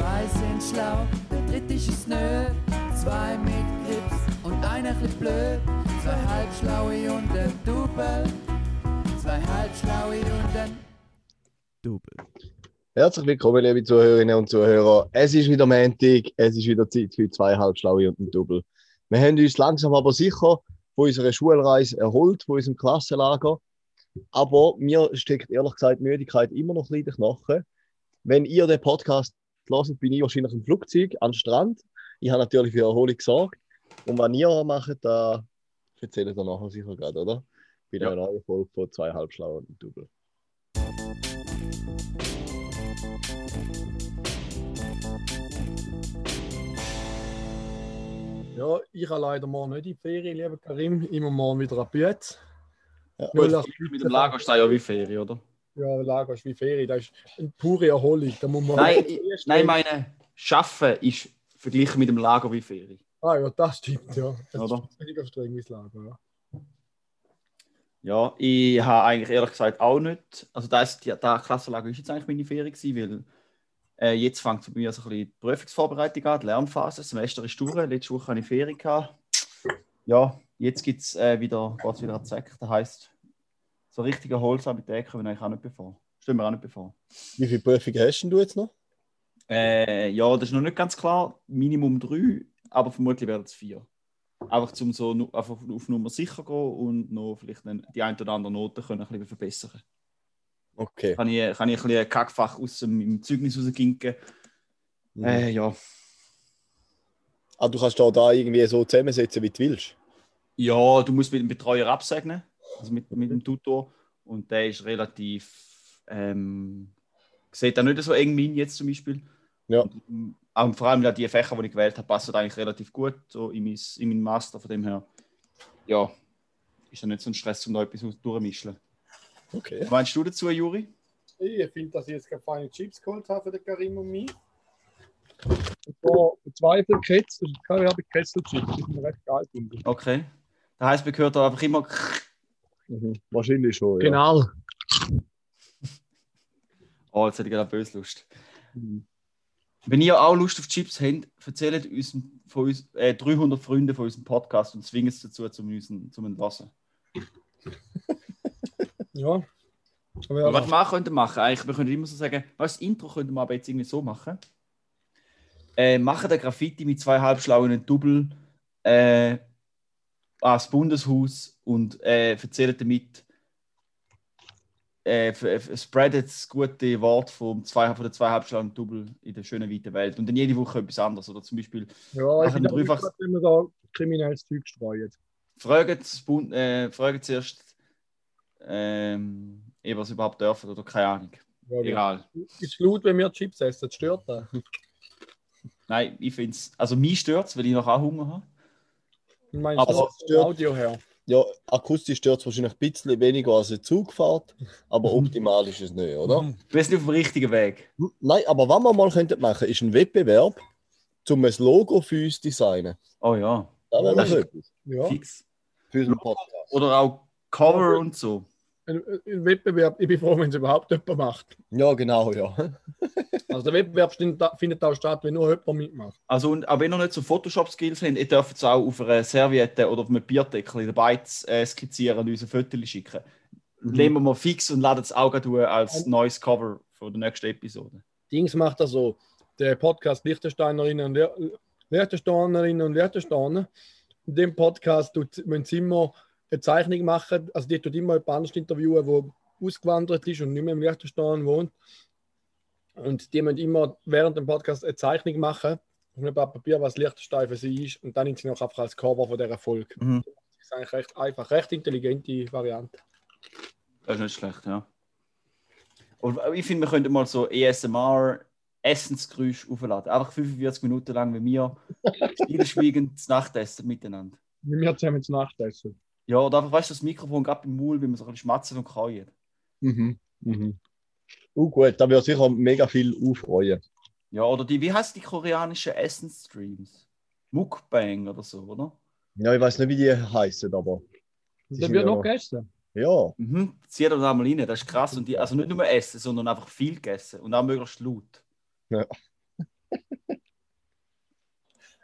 Zwei sind schlau, der dritte ist es nö. Zwei mit Grips und einer chli blöd. Zwei halbschlaue und ein Double. Zwei halbschlaue und ein Double. Herzlich willkommen, liebe Zuhörerinnen und Zuhörer. Es ist wieder Montag, es ist wieder Zeit für zwei Halbschlaue und ein Double. Wir haben uns langsam aber sicher von unserer Schulreise erholt, von unserem Klassenlager. Aber mir steckt ehrlich gesagt Müdigkeit immer noch ein bisschen in den Knochen. Wenn ihr den Podcast hört, bin ich wahrscheinlich im Flugzeug am Strand. Ich habe natürlich für Erholung gesorgt. Und was ihr macht, da erzählt ihr nachher sicher gerade, oder? Bei einer neuen Folge von zwei Halbschlaue und ein Double. Ja, ich habe leider morgen nicht in die Ferien, lieber Karim. Immer morgen wieder ab Bütz. Ja. Mit dem Lager ist das ja wie Ferien, oder? Ja, Lager ist wie Ferien. Das ist eine pure Erholung. Da muss man Nein, meine Schaffen ist verglichen mit dem Lager wie Ferien. Ah ja, das stimmt, ja. Das Oder? ist weniger streng wie das Lager, ja. Ja, ich habe eigentlich ehrlich gesagt auch nicht. Also das Klassenlager ist jetzt eigentlich meine Ferien gewesen, weil jetzt fängt bei mir so ein bisschen die Prüfungsvorbereitung an, die Lernphase. Das Semester ist durch. Letzte Woche hatte ich Ferien gehabt. Ja, jetzt geht es wieder an die Säcke. Das heisst, so richtige Erholsamkeit kommen eigentlich auch nicht bevor. Stellen wir auch nicht bevor. Wie viele Prüfungen hast du jetzt noch? Ja, das ist noch nicht ganz klar. Minimum 3, aber vermutlich werden es 4. Einfach um so einfach auf Nummer sicher gehen und noch vielleicht die ein oder andere Note können ein bisschen verbessern. Okay. Kann ich ein bisschen ein Kackfach aus dem Zeugnis rausginken. Ja. Ah, du kannst da irgendwie so zusammensetzen, wie du willst? Ja, du musst mit dem Betreuer absegnen, also mit dem Tutor. Und der ist relativ... sieht auch nicht so eng wie jetzt zum Beispiel. Ja. Und, auch vor allem die Fächer, die ich gewählt habe, passen eigentlich relativ gut so in meinen Master. Von dem her, ja, ist ja nicht so ein Stress, um da etwas durchzumischen. Okay. Was meinst du dazu, Juri? Ich finde, dass ich jetzt keine feine Chips geholt habe für den Karim und mich. Und zwar zwei für Ketzel. Ich habe Ketzel-Chips, die sind recht geil, finde ich. Okay. Das heisst, man hört da einfach immer... Wahrscheinlich schon, ja. Genau. Oh, jetzt hätte ich gerade böse Lust. Wenn ihr auch Lust auf Chips habt, erzählt uns von uns 300 Freunden von unserem Podcast und zwingt es dazu, zum Entlassen. Ja. Aber was wir könnten machen, eigentlich, wir können immer so sagen, das Intro könnten wir aber jetzt irgendwie so machen. Machen den Graffiti mit zwei halbschlauen Double ans Bundeshaus und erzählen damit, spreadet das gute Wort von den zwei halbschlauen Double in der schönen weiten Welt. Und dann jede Woche etwas anderes. Oder zum Beispiel, ja, ich bin auch nicht, wenn wir da kriminelles Zeug streuen. fragen zuerst, was sie überhaupt dürfen oder keine Ahnung. Ja, egal. Ist gut, wenn wir Chips essen, das stört das. Nein, ich finde es, also mich stört es, weil ich noch auch Hunger habe. Meinst Aber du das Audio her? Ja, akustisch stört es wahrscheinlich ein bisschen weniger als eine Zugfahrt, aber optimal ist es nicht, oder? Du bist nicht auf dem richtigen Weg. Nein, aber was wir mal machen könnten, ist ein Wettbewerb, um ein Logo für uns zu designen. Oh ja. Da wäre Das noch ist etwas. Ja. fix. Für unseren Podcast. Oder auch Cover und so. Ein Wettbewerb, ich bin froh, wenn es überhaupt jemand macht. Ja, genau, ja. Also der Wettbewerb findet auch statt, wenn nur jemand mitmacht. Also, und auch wenn ihr nicht so Photoshop-Skills habt, ihr dürft es auch auf einer Serviette oder auf einem Bierdeckel dabei skizzieren und uns ein Foto schicken. Nehmen wir mal fix und laden es auch gleich als neues Cover für die nächste Episode. Dings macht das so. Der Podcast Liechtensteinerinnen und Liechtensteinerinnen und Liechtensteiner. In dem Podcast müssen sie immer eine Zeichnung machen. Also die tut immer jemand anderes interviewen, der ausgewandert ist und nicht mehr im Liechtenstein wohnt. Und die müssen immer während dem Podcast eine Zeichnung machen auf einem Blatt Papier, was Liechtenstein für sie ist. Und dann nimmt sie noch einfach als Cover von dieser Folge. Mhm. Das ist eigentlich recht einfach, recht intelligente Variante. Das ist nicht schlecht, ja. Und ich finde, wir könnten mal so ASMR-Essensgeräusche aufladen. Einfach 45 Minuten lang, wie wir stillschweigend das Nachtessen miteinander. Wie wir zusammen zu Nacht essen. Ja, oder einfach, weißt du, das Mikrofon gerade im Maul, wie man so ein bisschen schmatzen und kauen. Gut, da wird sicher mega viel aufreuen. Ja, oder wie heißt die koreanischen Essensstreams? Mukbang oder so, oder? Ja, ich weiß nicht, wie die heißen, aber. Dann wird noch gegessen. Ja. Zieht das einmal rein, das ist krass. Und die, also nicht nur essen, sondern einfach viel gegessen und auch möglichst laut. Ja.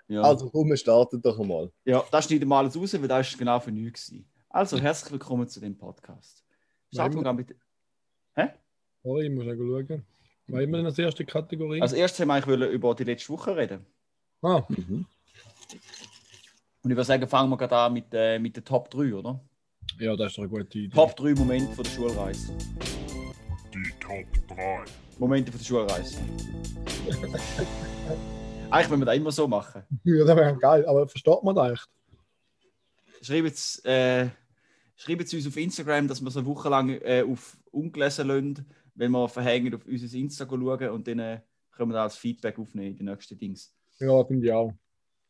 Ja. Also komm, wir starten doch einmal. Ja, das schneiden wir alles raus, weil das war genau für nichts. Also, herzlich willkommen zu dem Podcast. Starten wir mit... Hä? Oh, ich muss ja schauen. Was immer denn als erste Kategorie? Als erstes wollen wir eigentlich über die letzte Woche reden. Ah, Und ich würde sagen, fangen wir gerade an mit den Top 3, oder? ja, das ist doch eine gute Idee. Top 3 Momente von der Schulreise. Die Top 3. Momente von der Schulreise. Eigentlich wollen wir das immer so machen. Ja, das wäre geil, aber versteht man das echt? Schreibt es uns auf Instagram, dass wir so eine Woche lang auf ungelesen lassen, wenn wir verhängen auf unser Insta schauen und dann können wir da als Feedback aufnehmen in die nächsten Dings. Ja, finde ich auch.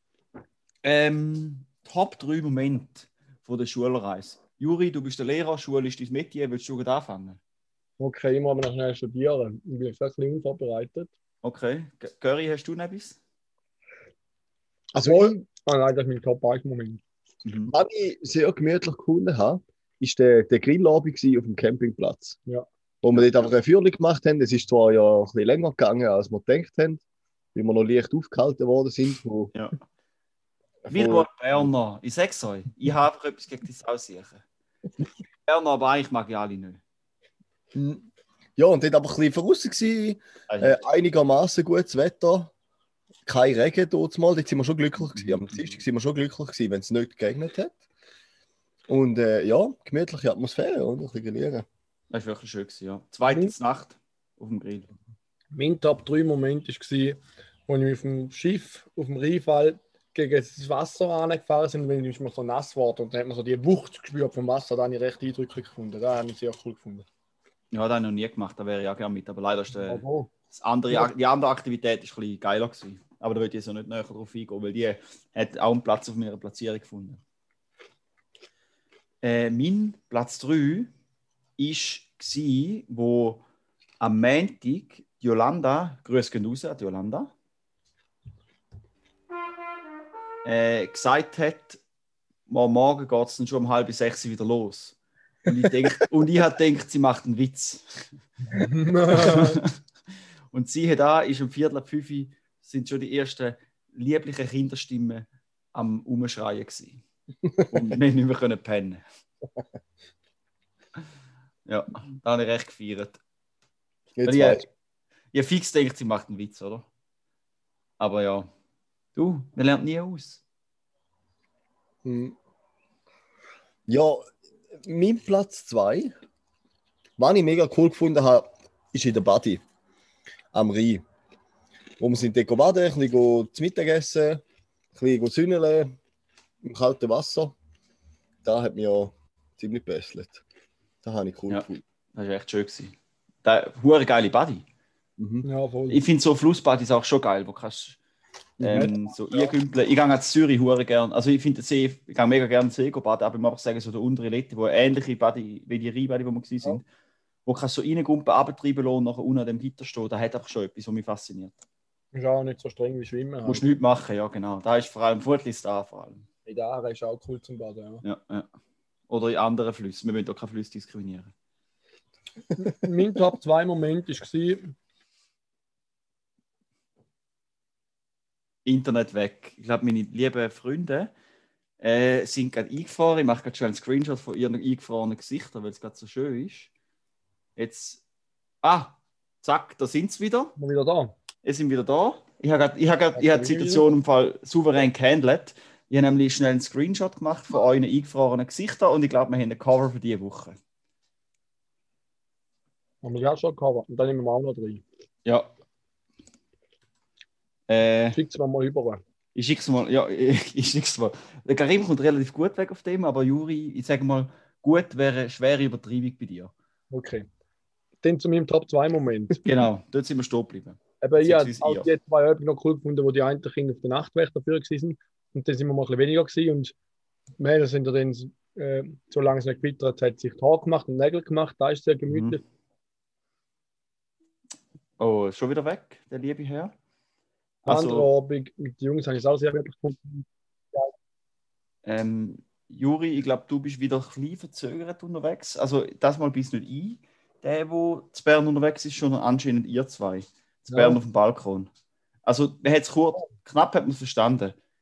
Top 3 Momente von der Schulreise. Juri, du bist der Lehrer, Schule ist dein Metier, willst du gut anfangen? Okay, ich muss aber noch schnell studieren. Ich bin jetzt ein bisschen unvorbereitet. Okay. Curry, hast du noch etwas? Also, Nein, das ist mein Top-1-Moment. was ich sehr gemütlich gefunden habe, ist der Grillabend auf dem Campingplatz. Ja. Wo wir dort einfach ein Feuerchen gemacht haben. Es ist zwar ja ein bisschen länger gegangen, als wir gedacht haben, weil wir noch leicht aufgehalten worden sind. Ja. Wir Berner, ich sag's euch, ich habe einfach etwas gegen das Aussehen. Berner, aber eigentlich mag ich alle nicht. Ja, und dort aber ein bisschen draussen gewesen, einigermaßen gutes Wetter, kein Regen dort mal, dort sind wir schon glücklich gewesen. Am Dienstag sind wir schon glücklich gewesen, wenn es nicht geregnet hat. Und ja, gemütliche Atmosphäre und ein bisschen gelieren. Das war wirklich schön, ja. Zweite Nacht auf dem Grill. Mein Top-3-Moment war, als wir auf dem Schiff, auf dem Rheinfall, gegen das Wasser angefahren sind, wenn ich mir so nass wurde. Und dann hat man so die Wucht gespürt vom Wasser, das habe ich recht eindrücklich gefunden. Das habe ich sehr cool gefunden. Ja, das habe ich noch nie gemacht, da wäre ich auch gerne mit. Aber leider ist die Aber andere Aktivität ist ein bisschen geiler gewesen. Aber da würde ich jetzt auch nicht näher drauf eingehen, weil die hat auch einen Platz auf meiner Platzierung gefunden. Mein Platz 3 war, wo am Montag die Jolanda, Grüße gehen raus an die Jolanda, gesagt hat, morgen geht es dann schon um 5:30 wieder los. Und ich habe gedacht, sie macht einen Witz. Und siehe da, ist um 4:45 sind schon die ersten lieblichen Kinderstimmen am Umschreien gewesen. Und wir nicht mehr pennen. Ja, da habe ich recht gefeiert. Ich habe fix gedacht, sie macht einen Witz, oder? Aber ja, du, wir lernen nie aus. Ja, mein Platz 2, was ich mega cool gefunden habe, ist in der Badi am Rhein. Wo wir sind dort baden, ein bisschen zu Mittag essen, ein bisschen sünneln im kalten Wasser. Da hat mich ja ziemlich gebesselt. Das habe ich cool gefunden. Das war echt schön gewesen. Hure geile Badi. ja, voll. Ich finde so Flussbadis auch schon geil, wo kannst so eingümpeln. Ich gehe an Zürich hure gern. Also ich finde den See, ich gehe mega gerne See baden, aber ich muss auch sagen, so der untere Lette, wo ähnliche Badi wie die Rheinbadi, wo wir gewesen sind, wo kannst du so reingumpen, abtreiben lassen und nachher unten an dem Gitter stehen, da hat einfach schon etwas, was mich fasziniert. Ist auch nicht so streng wie Schwimmen. Du musst nichts machen, ja genau. Da ist vor allem Fußlis da vor allem. In der Aare ist auch cool zum Baden. Ja. Ja. Oder in anderen Flüssen. Wir müssen auch keine Flüsse diskriminieren. Mein Top-2-Moment war, Internet weg. Ich glaube, meine lieben Freunde sind gerade eingefahren. Ich mache gerade schon einen Screenshot von ihren eingefahrenen Gesichtern, weil es gerade so schön ist. Jetzt. Zack, da sind sie wieder. Sind wir wieder da? Sie sind wieder da. Ich habe die Situation im Fall souverän gehandelt. Ich habe nämlich schnell einen Screenshot gemacht von euren eingefahrenen Gesichtern und ich glaube, wir haben ein Cover für diese Woche. Haben wir ja schon gehabt. Und dann nehmen wir auch noch 3. Ja. Schickt es mir mal rüber. Ich schicke es mal. Ja, ich schicke es mal. Der Karim kommt relativ gut weg auf dem, aber Juri, ich sage mal, gut wäre schwere Übertreibung bei dir. Okay. Dann zu meinem Top-2-Moment. Genau, dort sind wir stehen geblieben. Aber ich habe auch die 2 Übungen noch cool gefunden, wo die einen Kinder auf der Nachtwächter dafür waren. Und dann sind wir mal ein bisschen weniger gewesen. Und wir sind dann, solange es nicht gewittert hat, sich die Haare gemacht und Nägel gemacht. Da ist sehr gemütlich. Oh, schon wieder weg, der liebe Herr. Andere Abend mit den Jungs habe ich es auch sehr wirklich gefunden. Juri, ich glaube, du bist wieder ein bisschen verzögert unterwegs. Also, das mal bist du nicht ein. Der zu Bern unterwegs ist, schon anscheinend ihr zwei. Zu Bern auf dem Balkon. Also, man hat es knapp hat man verstanden.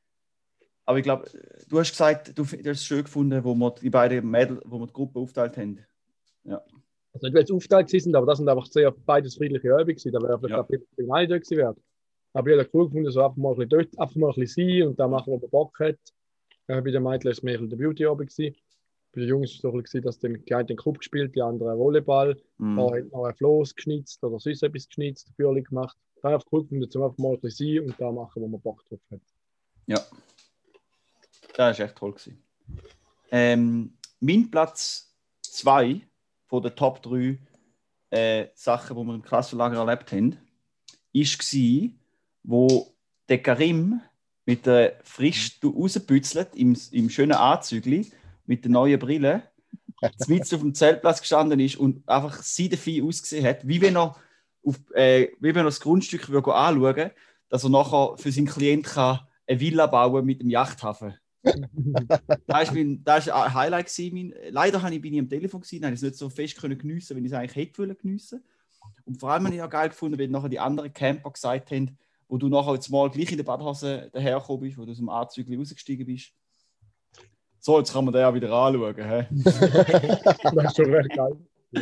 Aber ich glaube, du hast gesagt, du hast es schön gefunden, wo wir die beiden Mädels, wo wir die Gruppe aufgeteilt haben. Ja. Also nicht, weil es aufgeteilt sind, aber das sind einfach sehr beides friedliche Übungen gewesen. Da wäre vielleicht auch ein bisschen dort gewesen wäre. Aber ich habe cool gefunden, so einfach mal ein bisschen dort, einfach mal ein bisschen sein und dann machen, was man Bock hat. Bei den Mädchen war es mehr der Beauty-Abend gewesen. Bei den Jungs war es so ein bisschen, dass die einen den Club gespielt, die anderen Volleyball. Da hat noch ein Floß geschnitzt oder sonst etwas geschnitzt, Bürli gemacht. Da habe ich cool gefunden, zum einfach mal ein bisschen sein und da machen, wo man Bock drauf hat. Ja. Das war echt toll gewesen. Mein Platz 2 von den Top 3 Sachen, die wir im Klassenlager erlebt haben, war, wo der Karim mit der frisch rausgebützelt, im schönen Anzügli, mit der neuen Brille, mitten auf dem Zeltplatz gestanden ist und einfach seidefein ausgesehen hat, wie wenn er das Grundstück anschauen würde, dass er nachher für seinen Klienten eine Villa bauen mit dem Yachthafen. Das war ein Highlight. Leider bin ich am Telefon, dann konnte ich es nicht so fest geniessen, wie ich es eigentlich hätte geniessen. Und vor allem habe ich auch geil gefunden, weil nachher die anderen Camper gesagt haben, wo du nachher jetzt mal gleich in der Badhose dahergekommen bist, wo du aus dem Anzug rausgestiegen bist. So, jetzt kann man den ja wieder anschauen. He? Das ist schon recht geil.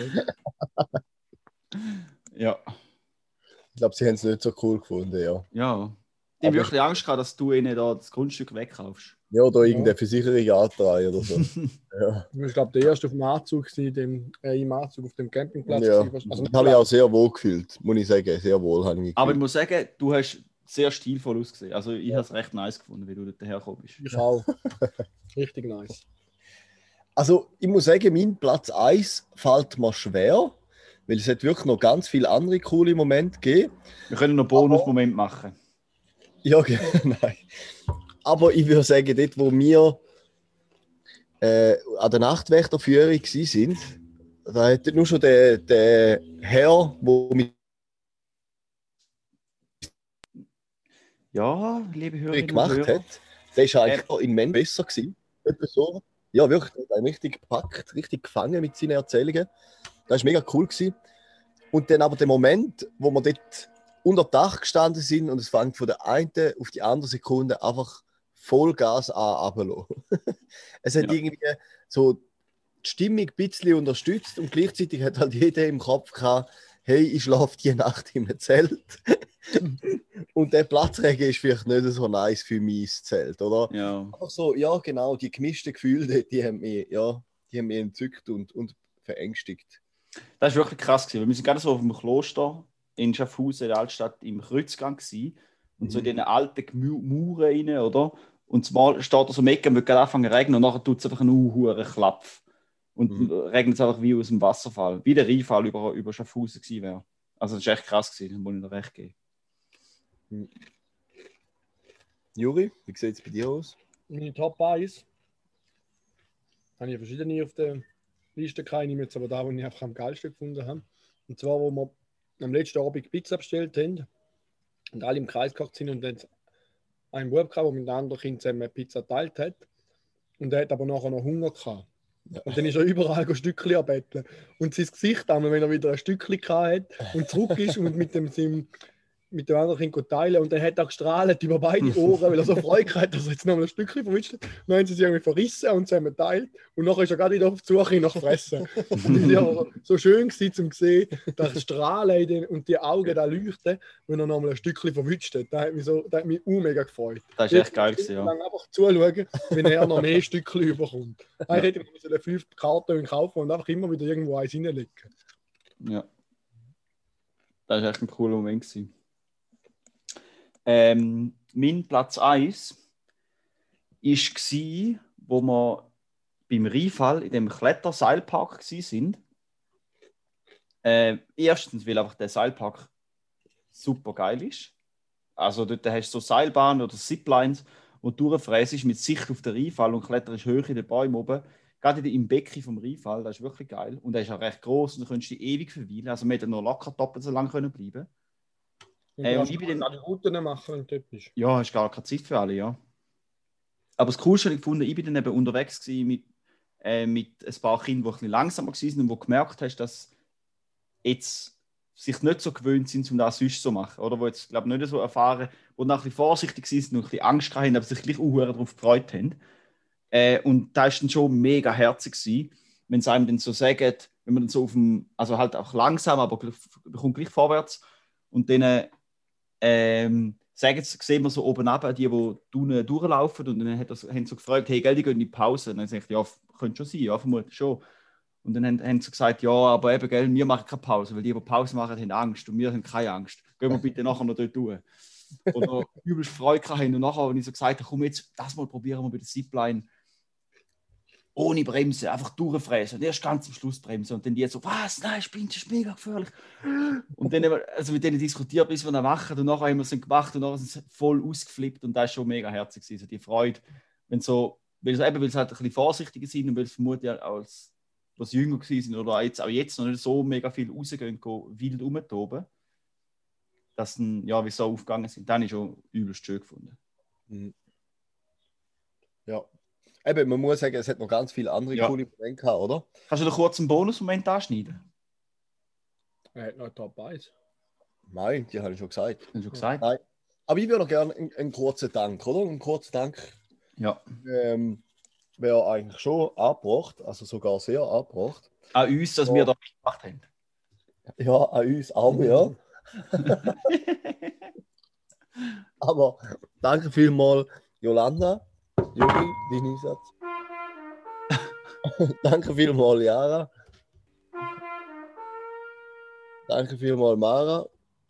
Ja. Ich glaube, sie haben es nicht so cool gefunden, ja. Ja. Ich habe wirklich Angst gehabt, dass du ihnen da das Grundstück wegkaufst. Ja, oder irgendeine Versicherung antreiben oder so. Ja. Ich glaube, der erste auf dem Anzug, im Anzug auf dem Campingplatz. Ja. Also, Das habe ich auch sehr wohl gefühlt, muss ich sagen. Sehr wohl habe ich mich Aber ich gefühlt. muss sagen, du hast sehr stilvoll ausgesehen. Also ich habe es recht nice gefunden, wie du dort hergekommen bist. Ich auch. Richtig nice. Also, ich muss sagen, mein Platz 1 fällt mir schwer, weil es hat wirklich noch ganz viele andere coole Momente gegeben. Wir können noch Bonus-Moment machen. Ja, nein. Aber ich würde sagen, dort, wo wir an der Nachtwächterführung waren, da hat nur schon der Herr, der mit Ja, liebe Hörerinnen gemacht und Hörer. hat, der war eigentlich auch immens besser gewesen. Etwa so. Ja, wirklich, der hat einen richtig gepackt, richtig gefangen mit seinen Erzählungen. Das war mega cool gewesen. Und dann aber der Moment, wo wir dort unter Dach gestanden sind und es fängt von der einen auf die andere Sekunde einfach Vollgas an runterzulassen. Es hat irgendwie so die Stimmung ein bisschen unterstützt und gleichzeitig hat halt jeder im Kopf gehabt, hey, ich schlafe die Nacht im Zelt. Und der Platzregen ist vielleicht nicht so nice für mein Zelt, oder? Ja. Einfach so, ja genau, die gemischten Gefühle, die haben mich entzückt und verängstigt. Das war wirklich krass gewesen, weil wir sind gerade so auf dem Kloster in Schaffhausen, in der Altstadt, im Kreuzgang gewesen. Und so in diesen alten Mauern rein, oder? Und zumal steht er so mega und wird gerade anfangen zu regnen und nachher tut es einfach einen hohen Klapf. Und regnet es einfach wie aus dem Wasserfall. Wie der Rheinfall über Schaffhausen gewesen wäre. Also das war echt krass gewesen, das muss ich dir recht geben. Juri, wie sieht es bei dir aus? Meine Top 1 habe ich verschiedene auf der Liste, keine jetzt aber da, wo ich einfach am geilsten gefunden habe. Und zwar, wo wir am letzten Abend Pizza bestellt haben und alle im Kreis gekocht sind und dann einen Bub gehabt, der mit einem anderen Kind zusammen eine Pizza geteilt hat. Und der hat aber nachher noch Hunger gehabt. Ja. Und dann ist er überall ein Stückchen anbetteln. Und sein Gesicht, wenn er wieder ein Stückchen gehabt hat und zurück ist und mit dem anderen Kind teilen und dann hat er gestrahlt über beide Ohren, weil er so Freude hat, dass er jetzt noch ein Stückchen verwischt hat. Dann haben sie sich irgendwie verrissen und zusammen geteilt. Und nachher ist er gerade wieder auf die Suche nach Fressen. Und es war so schön gewesen, zum sehen, das Strahlen und die Augen da leuchten, wenn er noch mal ein Stückchen verwischt hat. Das hat mich mega gefreut. Das ist echt geil gewesen, ja. Dann einfach zuschauen, wenn er noch mehr Stückchen überkommt. Ja. Ich hätte mir 5 Karten kaufen und einfach immer wieder irgendwo eins reinlegen. Ja. Das war echt ein cooler Moment gewesen. Mein Platz 1 war, wo wir beim Rheinfall in dem Kletterseilpark waren. Erstens, weil einfach der Seilpark super geil ist. Also dort hast du so Seilbahnen oder Ziplines, wo du durchfrässt mit Sicht auf den Rheinfall und kletterst hoch in den Bäumen oben. Gerade im Becken vom Rheinfall, das ist wirklich geil. Und der ist auch recht gross und du kannst dich ewig verweilen. Also wir hätten noch locker doppelt so lange bleiben können. Und ich bin alle Routen machen und typisch. Ja, hast gar keine Zeit für alle, ja. Aber das Coolste habe ich gefunden, ich bin dann eben unterwegs mit ein paar Kindern, die ein bisschen langsamer waren und wo gemerkt hast, dass jetzt sich nicht so gewöhnt sind, um das sonst zu machen. Oder wo jetzt, glaube ich, nicht so erfahren, wo noch ein bisschen vorsichtig sind und ein bisschen Angst haben, aber sich gleich auch darauf gefreut haben. Und da war dann schon mega herzig gewesen, wenn sie einem dann so sagen, wenn man dann so auf dem, also halt auch langsam, aber kommt gleich vorwärts und dann sehen wir so oben ab, die unten durchlaufen und dann haben sie so gefragt, hey, gell, die gehen in die Pause. Und dann sage ich, ja, könnte schon sein, ja, vermutlich schon. Und dann haben sie gesagt, ja, aber eben, gell, wir machen keine Pause, weil die Pause machen, haben Angst und wir haben keine Angst. Gehen wir bitte nachher noch dort durch. Oder übelst Freude haben und nachher, wenn ich so gesagt habe, komm jetzt, das mal probieren wir bei der Zipline. Ohne Bremse, einfach durchfräsen und erst ganz am Schluss bremsen. Und dann die so, was, nein, spinnst, das ist mega gefährlich. Und dann also mit denen diskutiert, bis wir das machen. Und nachher haben wir es gemacht und nachher sind sie voll ausgeflippt. Und das war schon mega herzig. Also die Freude, weil sie halt ein bisschen vorsichtiger sind und weil sie vermutlich als was jünger sind oder jetzt noch nicht so mega viel rausgehen, wild rumtoben, dass dann, ja, wie so aufgegangen sind. Dann habe ich schon übelst schön gefunden. Ja. Eben, man muss sagen, es hat noch ganz viele andere coole Momente gehabt, oder? Kannst du da kurz einen Bonusmoment anschneiden? Er hat noch Top 1. Nein, die habe ich schon gesagt. Hast du schon gesagt? Nein. Aber ich würde noch gerne einen kurzen Dank, oder? Einen kurzen Dank. Ja. Wäre eigentlich schon angebracht, also sogar sehr angebracht. An uns, dass wir da gemacht haben. Ja, an uns auch, ja. Aber danke vielmals, Jolanda, Juri, dein Einsatz. Danke vielmals, Jara. Danke vielmals, Mara.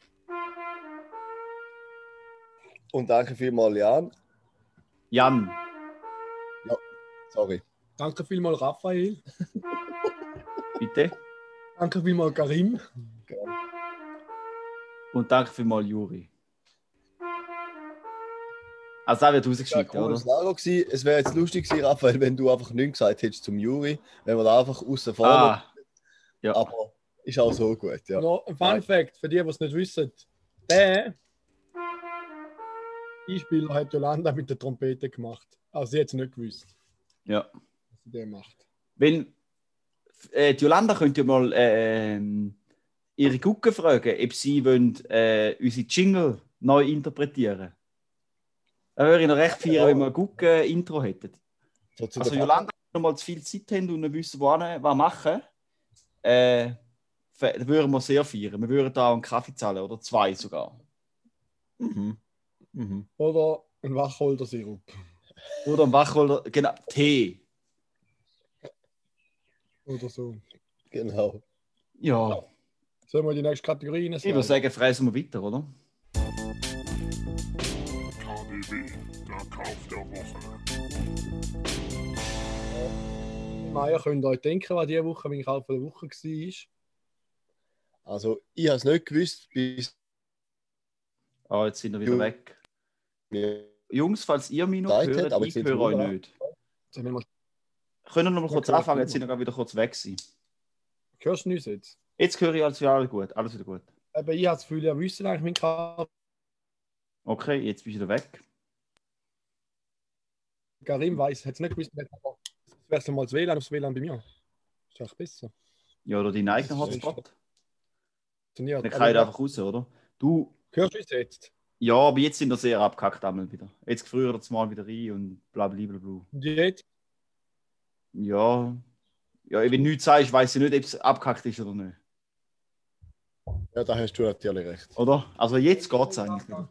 Und danke vielmals, Jan. Jan. Ja, sorry. Danke vielmals, Raphael. Bitte. Danke vielmals, Karim. Und danke vielmals, Juri. Also da wird rausgeschnitten, Ja, oder? Lager gewesen. Es wäre jetzt lustig gewesen, Raphael, wenn du einfach nichts gesagt hättest zum Juri, wenn wir da einfach außen vor. Ja. Aber ist auch so gut, ja. Noch ein Fun Fact für die, die es nicht wissen. Der Einspieler hat Jolanda mit der Trompete gemacht. Also sie hat es nicht gewusst, Ja. was sie der macht. Wenn die Jolanda könnte ja mal ihre Gucken fragen, ob sie wollen, unsere Jingle neu interpretieren. Da würde ich noch recht feiern, wenn wir ein Gucken-Intro hätten. Also Jolanda, wenn wir mal zu viel Zeit haben und nicht wissen, was machen, dann würden wir sehr feiern. Wir würden da einen Kaffee zahlen, oder 2 sogar. Oder ein Wacholdersirup. Oder ein Wacholder, genau, Tee. Oder so. Genau. Ja, Sollen wir die nächste Kategorie ich würde sagen, fressen wir weiter, oder? KDW, der Kauf der Woche. Meier, könnt ihr euch denken, was diese Woche mein Kauf der Woche war? Also, ich habe es nicht gewusst, bis Jetzt sind wir wieder weg. mir Jungs, falls ihr mich noch Zeit hört, hat, aber ich jetzt höre sind euch wir nicht. Sollen wir mal... Können wir noch mal kurz Okay, anfangen? Jetzt prima. sind wir gerade wieder kurz weg gewesen. Hörst du uns jetzt? Jetzt höre ich alles wieder gut. Alles wieder gut. Aber ich habe das Gefühl, ihr wisst eigentlich meinen Kauf. Okay, jetzt bist du wieder weg. Karim weiss, hat es nicht gewusst, aber es wäre mal das WLAN aufs WLAN bei mir. Ist echt besser. Ja, oder deinen eigenen Das ist Hotspot. Funktioniert. Dann kann ich einfach raus, oder? Du, Hörst du uns jetzt? ja, aber jetzt sind wir sehr abgehackt einmal wieder. Jetzt gefriert das mal wieder rein und bla bla bla bla. Und jetzt? Ja, wenn du nichts sagst, weiß ich nicht, ob es abgehackt ist oder nicht. Ja, da hast du natürlich recht. Oder? Also jetzt geht es eigentlich wieder.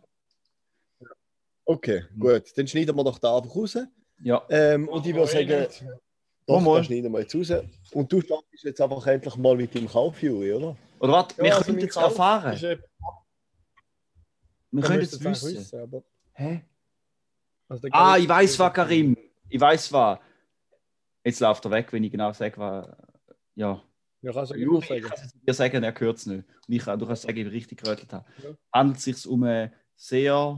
Okay, gut. Dann schneiden wir doch da einfach raus. Ja. Und ich würde sagen, doch, Mal. da schneiden wir jetzt raus. Und du startest jetzt einfach endlich mal mit dem Kauf, Juri, oder? Oder warte, wir Ja, also können mein jetzt Kauf erfahren. ist, Wir man können müsste jetzt es eigentlich wissen. aber... Hä? Also der Ah, Karim- ich weiß was, Karim. Ich weiß was. Jetzt läuft er weg, wenn ich genau sage, was. Ja. Ja, kannst du Juri, gut ich sagen. kann es dir sagen, er hört es nicht. Und du kannst sagen, ich richtig gerötelt habe. Ja. Handelt es sich um ein sehr.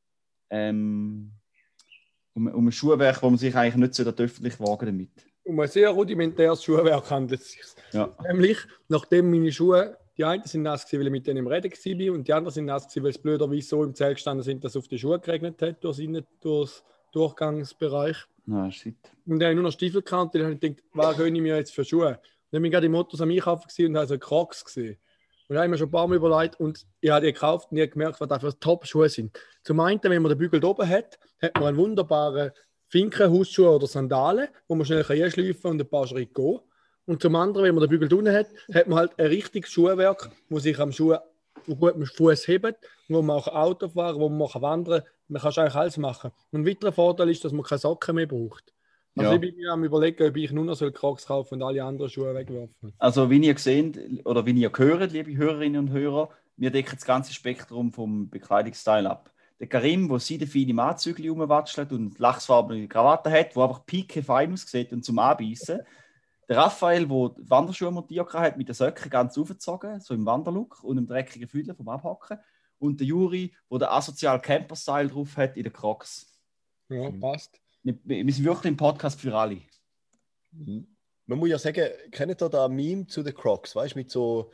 Um ein Schuhwerk, wo man sich eigentlich nicht so öffentlich wagen damit. Um ein sehr rudimentäres Schuhwerk handelt es sich. Ja. Nämlich, nachdem meine Schuhe, die einen sind nass gewesen, weil ich mit denen im Reden war, und die anderen sind nass gewesen, weil es blöderweise so im Zelt gestanden sind, dass es auf die Schuhe geregnet hat, durchs Durchgangsbereich. Na, shit. Und dann habe ich nur noch Stiefel gehabt, und dann habe ich gedacht, was gönne ich mir jetzt für Schuhe? Und dann bin ich gerade im Motors am Einkaufen gewesen und habe so Crocs gesehen. Und Und ich habe mir schon ein paar Mal überlegt und ich habe die gekauft und ich habe gemerkt, was das für Top-Schuhe sind. Zum einen, wenn man den Bügel oben hat, hat man einen wunderbaren Finkenhausschuh oder Sandalen, wo man schnell einschleifen kann und ein paar Schritte gehen. Und zum anderen, wenn man den Bügel unten hat, hat man halt ein richtiges Schuhwerk, wo sich am Schuh gut mit dem Fuß hebt, wo man auch Auto fahren, wo man wandern kann. Man kann eigentlich alles machen. Und ein weiterer Vorteil ist, dass man keine Socken mehr braucht. Also Ja. ich bin mir am Überlegen, ob ich nur noch Crocs kaufen und alle anderen Schuhe wegwerfen. Also wie ihr seht, oder wie ihr hört, liebe Hörerinnen und Hörer, wir decken das ganze Spektrum vom Bekleidungsstyle ab. Der Karim, der seidefeine Anzüge rumwatschelt und lachsfarbene Krawatte hat, der einfach piekefein aussieht und zum Anbeissen. Der Raphael, der Wanderschuhe montiert hat, mit den Söcken ganz aufgezogen, so im Wanderlook und im dreckigen Füdel vom Abhacken. Und der Juri, der den asozialen Camper-Style drauf hat, in den Crocs. Ja, passt. Wir sind wirklich ein Podcast für alle. Man muss ja sagen, kennt ihr da ein Meme zu den Crocs, weißt du, mit so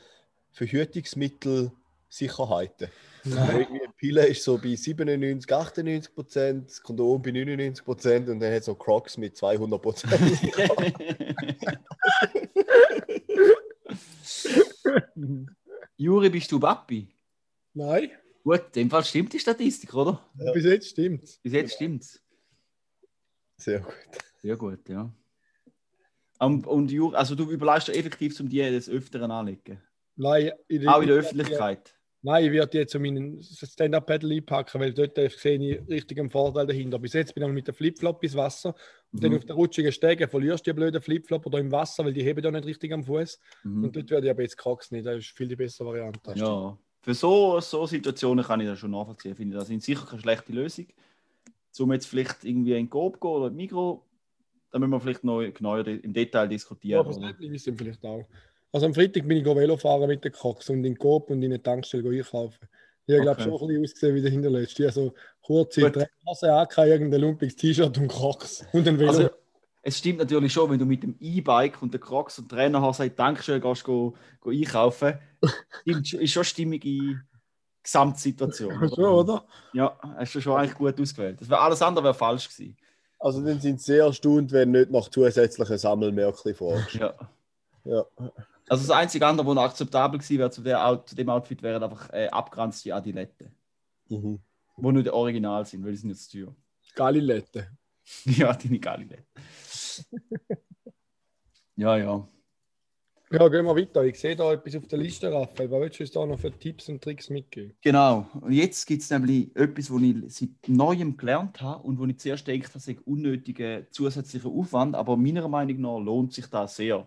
Verhütungsmittelsicherheiten? Nein. Irgendwie eine Pille ist so bei 97, 98%, das Kondom bei 99% und dann hat so Crocs mit 200%. Juri, bist du Papi? Nein, Gut, in dem Fall stimmt die Statistik, oder? Ja. bis jetzt stimmt's. Bis jetzt stimmt's. Sehr gut. Sehr gut, ja. Und Juri, also du überlegst dir effektiv, zum die des Öfteren anlegen. Nein, Auch in der Öffentlichkeit. Nein, ich werde jetzt so meinen Stand-Up-Paddle einpacken, weil dort sehe ich richtig einen Vorteil dahinter. Bis jetzt bin ich mit dem Flipflop ins Wasser und dann auf den rutschigen Stegen verlierst du die blöden Flipflop oder im Wasser, weil die heben ja nicht richtig am Fuß. Und dort werde ich aber jetzt Crocs nicht. Das ist viel die bessere Variante. Ja. Für so Situationen kann ich das schon nachvollziehen. Finde ich, das sind sicher keine schlechte Lösung. Um jetzt vielleicht irgendwie in den Coop gehen oder in Migros, da müssen wir vielleicht noch genauer im Detail Ja, diskutieren. aber das Läppchen wissen vielleicht auch. Also am Freitag bin ich Velo fahren mit den Crocs und in den Coop und in eine Tankstelle einkaufen. Ich habe glaube Okay. schon ein bisschen ausgesehen wie der Hinterletzte. Also kurze Gut. Trainingshose angehabt, irgendein lumpiges T-Shirt und Crocs und ein Velo. Also, es stimmt natürlich schon, wenn du mit dem E-Bike und den Crocs und Trainerhose in die Tankstelle gehst, go einkaufen, ist schon eine stimmige Gesamtsituation. Schon, oder? Ja, hast du schon eigentlich gut ausgewählt. Alles andere wäre falsch gewesen. Also dann sind sie sehr erstaunt, wenn nicht noch zusätzliche Sammelmärkchen fragst. Ja. Ja. Also das einzige andere, was noch akzeptabel gewesen wäre zu dem Outfit, wären einfach abgeranzte Adiletten, Mhm. die nicht original sind, weil die sind jetzt teuer. Galilette. Ja, deine Adiletten. Ja, ja. Ja, gehen wir weiter. Ich sehe da etwas auf der Liste, Raphael. Was willst du uns da noch für Tipps und Tricks mitgeben? Genau. Und jetzt gibt es nämlich etwas, was ich seit Neuem gelernt habe und wo ich zuerst denke, das ist unnötiger zusätzlicher Aufwand, aber meiner Meinung nach lohnt sich das sehr.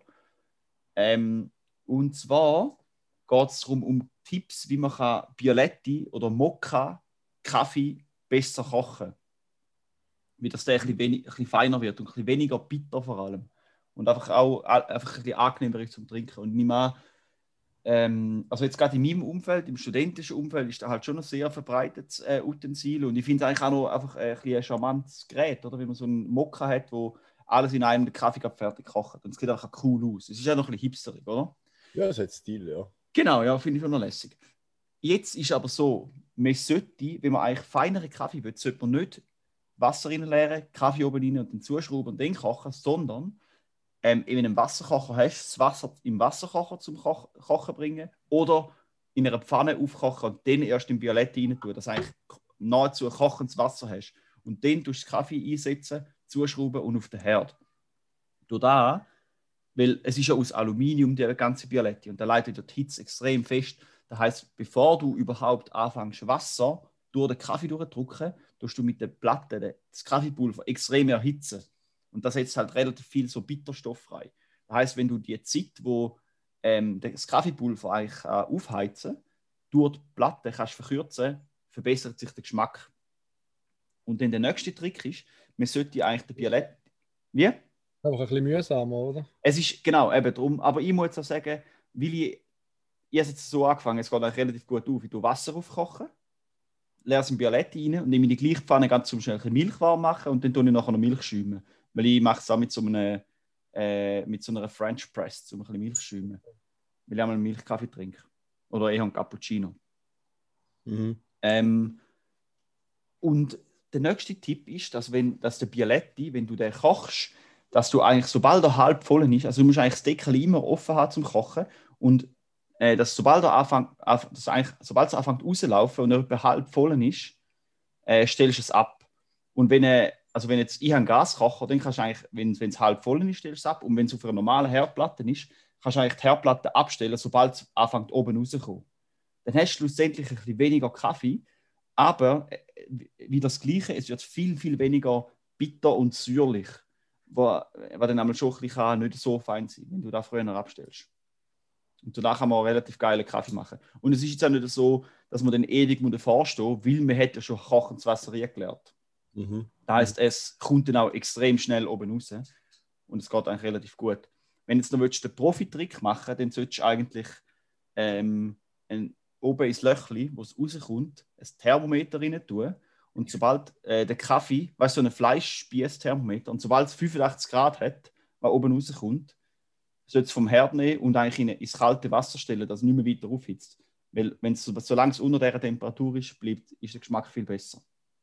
Und zwar geht es darum, um Tipps, wie man kann Bialetti oder Mokka Kaffee besser kochen kann. Wie das der ein bisschen feiner wird und ein bisschen weniger bitter vor allem. Und einfach auch einfach ein bisschen angenehmer ist zum Trinken. Und ich nehme an, also jetzt gerade in meinem Umfeld, im studentischen Umfeld, ist da halt schon ein sehr verbreitetes Utensil. Und ich finde es eigentlich auch noch einfach ein bisschen ein charmantes Gerät, oder? Wenn man so einen Mokka hat, wo alles in einem den Kaffee fertig kocht. Und es sieht einfach cool aus. Es ist ja noch ein bisschen hipsterig, oder? Ja, das hat Stil, ja. Genau, ja, finde ich schon noch lässig. Jetzt ist aber so, man sollte, wenn man eigentlich feinere Kaffee will, sollte man nicht Wasser reinleeren, Kaffee oben rein und dann zuschrauben und dann kochen, sondern wenn du einen Wasserkocher hast, das Wasser im Wasserkocher zum Kochen bringen oder in einer Pfanne aufkochen und dann erst in Bialetti rein tun, dass du eigentlich nahezu kochendes Wasser hast. Und dann tust du den Kaffee einsetzen, zuschrauben und auf den Herd. Durch da, weil es ist ja aus Aluminium, die ganze Bialetti, und da leitet die Hitze extrem fest. Das heisst, bevor du überhaupt anfängst, Wasser durch den Kaffee durchdrücken, tust du mit der Platte das Kaffeepulver extrem erhitzen. Und das setzt halt relativ viel so Bitterstoff frei. Das heisst, wenn du die Zeit, wo das Kaffeepulver eigentlich aufheizen, durch die Platte kannst verkürzen, verbessert sich der Geschmack. Und dann der nächste Trick ist, man sollte eigentlich den Bialetti... Wie? Einfach ein bisschen mühsamer, oder? Es ist genau eben darum, aber ich muss jetzt auch sagen, weil ich habe es jetzt so angefangen, es geht eigentlich relativ gut auf. Ich tue Wasser aufkochen, leere es in Bialetti rein und nehme in die gleiche Pfanne ganz zum schnell Milch warm machen und dann tue ich nachher noch Milch schäumen. Weil ich mache es auch mit so einer French Press, um ein bisschen Milch schäumen. Weil ich einmal einen Milchkaffee trinke. Oder eher einen Cappuccino. Mhm. Und der nächste Tipp ist, dass der Bialetti, wenn du den kochst, dass du eigentlich, sobald er halb voll ist, also du musst eigentlich das Deckel immer offen haben zum Kochen und dass sobald es anfängt rauszulaufen und er etwa halb voll ist, stellst du es ab. Und wenn jetzt ich einen Gaskocher, dann kannst du eigentlich, wenn es halb voll ist, stellst du es ab. Und wenn es auf einer normalen Herdplatte ist, kannst du eigentlich die Herdplatte abstellen, sobald es anfängt oben rauszukommen. Dann hast du schlussendlich ein bisschen weniger Kaffee, aber wie das Gleiche, es wird viel, viel weniger bitter und säuerlich, was dann einmal schon ein bisschen nicht so fein sein, wenn du da früher abstellst. Und danach kann man auch relativ geile Kaffee machen. Und es ist jetzt auch nicht so, dass man dann ewig vorstehen muss, weil man hat ja schon kochendes Wasser gelernt. Mhm. Das heisst, es kommt dann auch extrem schnell oben raus. Und es geht eigentlich relativ gut. Wenn du jetzt noch den Profi-Trick machen willst, dann solltest du eigentlich oben ins Löchli, wo es rauskommt, ein Thermometer rein tun. Und sobald der Kaffee, weißt du, so ein Fleischspieß-Thermometer, und sobald es 85 Grad hat, was oben rauskommt, sollst du es vom Herd nehmen und eigentlich ins kalte Wasser stellen, dass es nicht mehr weiter aufhitzt. Weil, solange es unter dieser Temperatur ist, ist der Geschmack viel besser.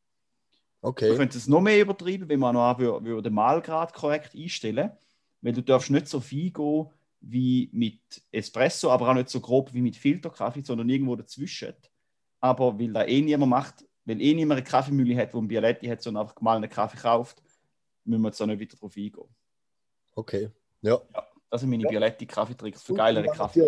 Okay. Du könntest es noch mehr übertreiben, wenn man noch den Mahlgrad korrekt einstellen, weil du darfst nicht so fein gehen wie mit Espresso, aber auch nicht so grob wie mit Filterkaffee, sondern irgendwo dazwischen. Aber weil da niemand macht, weil niemand eine Kaffeemühle hat, wo ein Bialetti hat, sondern einfach gemahlenen Kaffee kauft, müssen wir jetzt auch nicht weiter darauf eingehen. Okay, ja. Das sind meine Bialetti-Kaffeetricks für geilere Kaffee.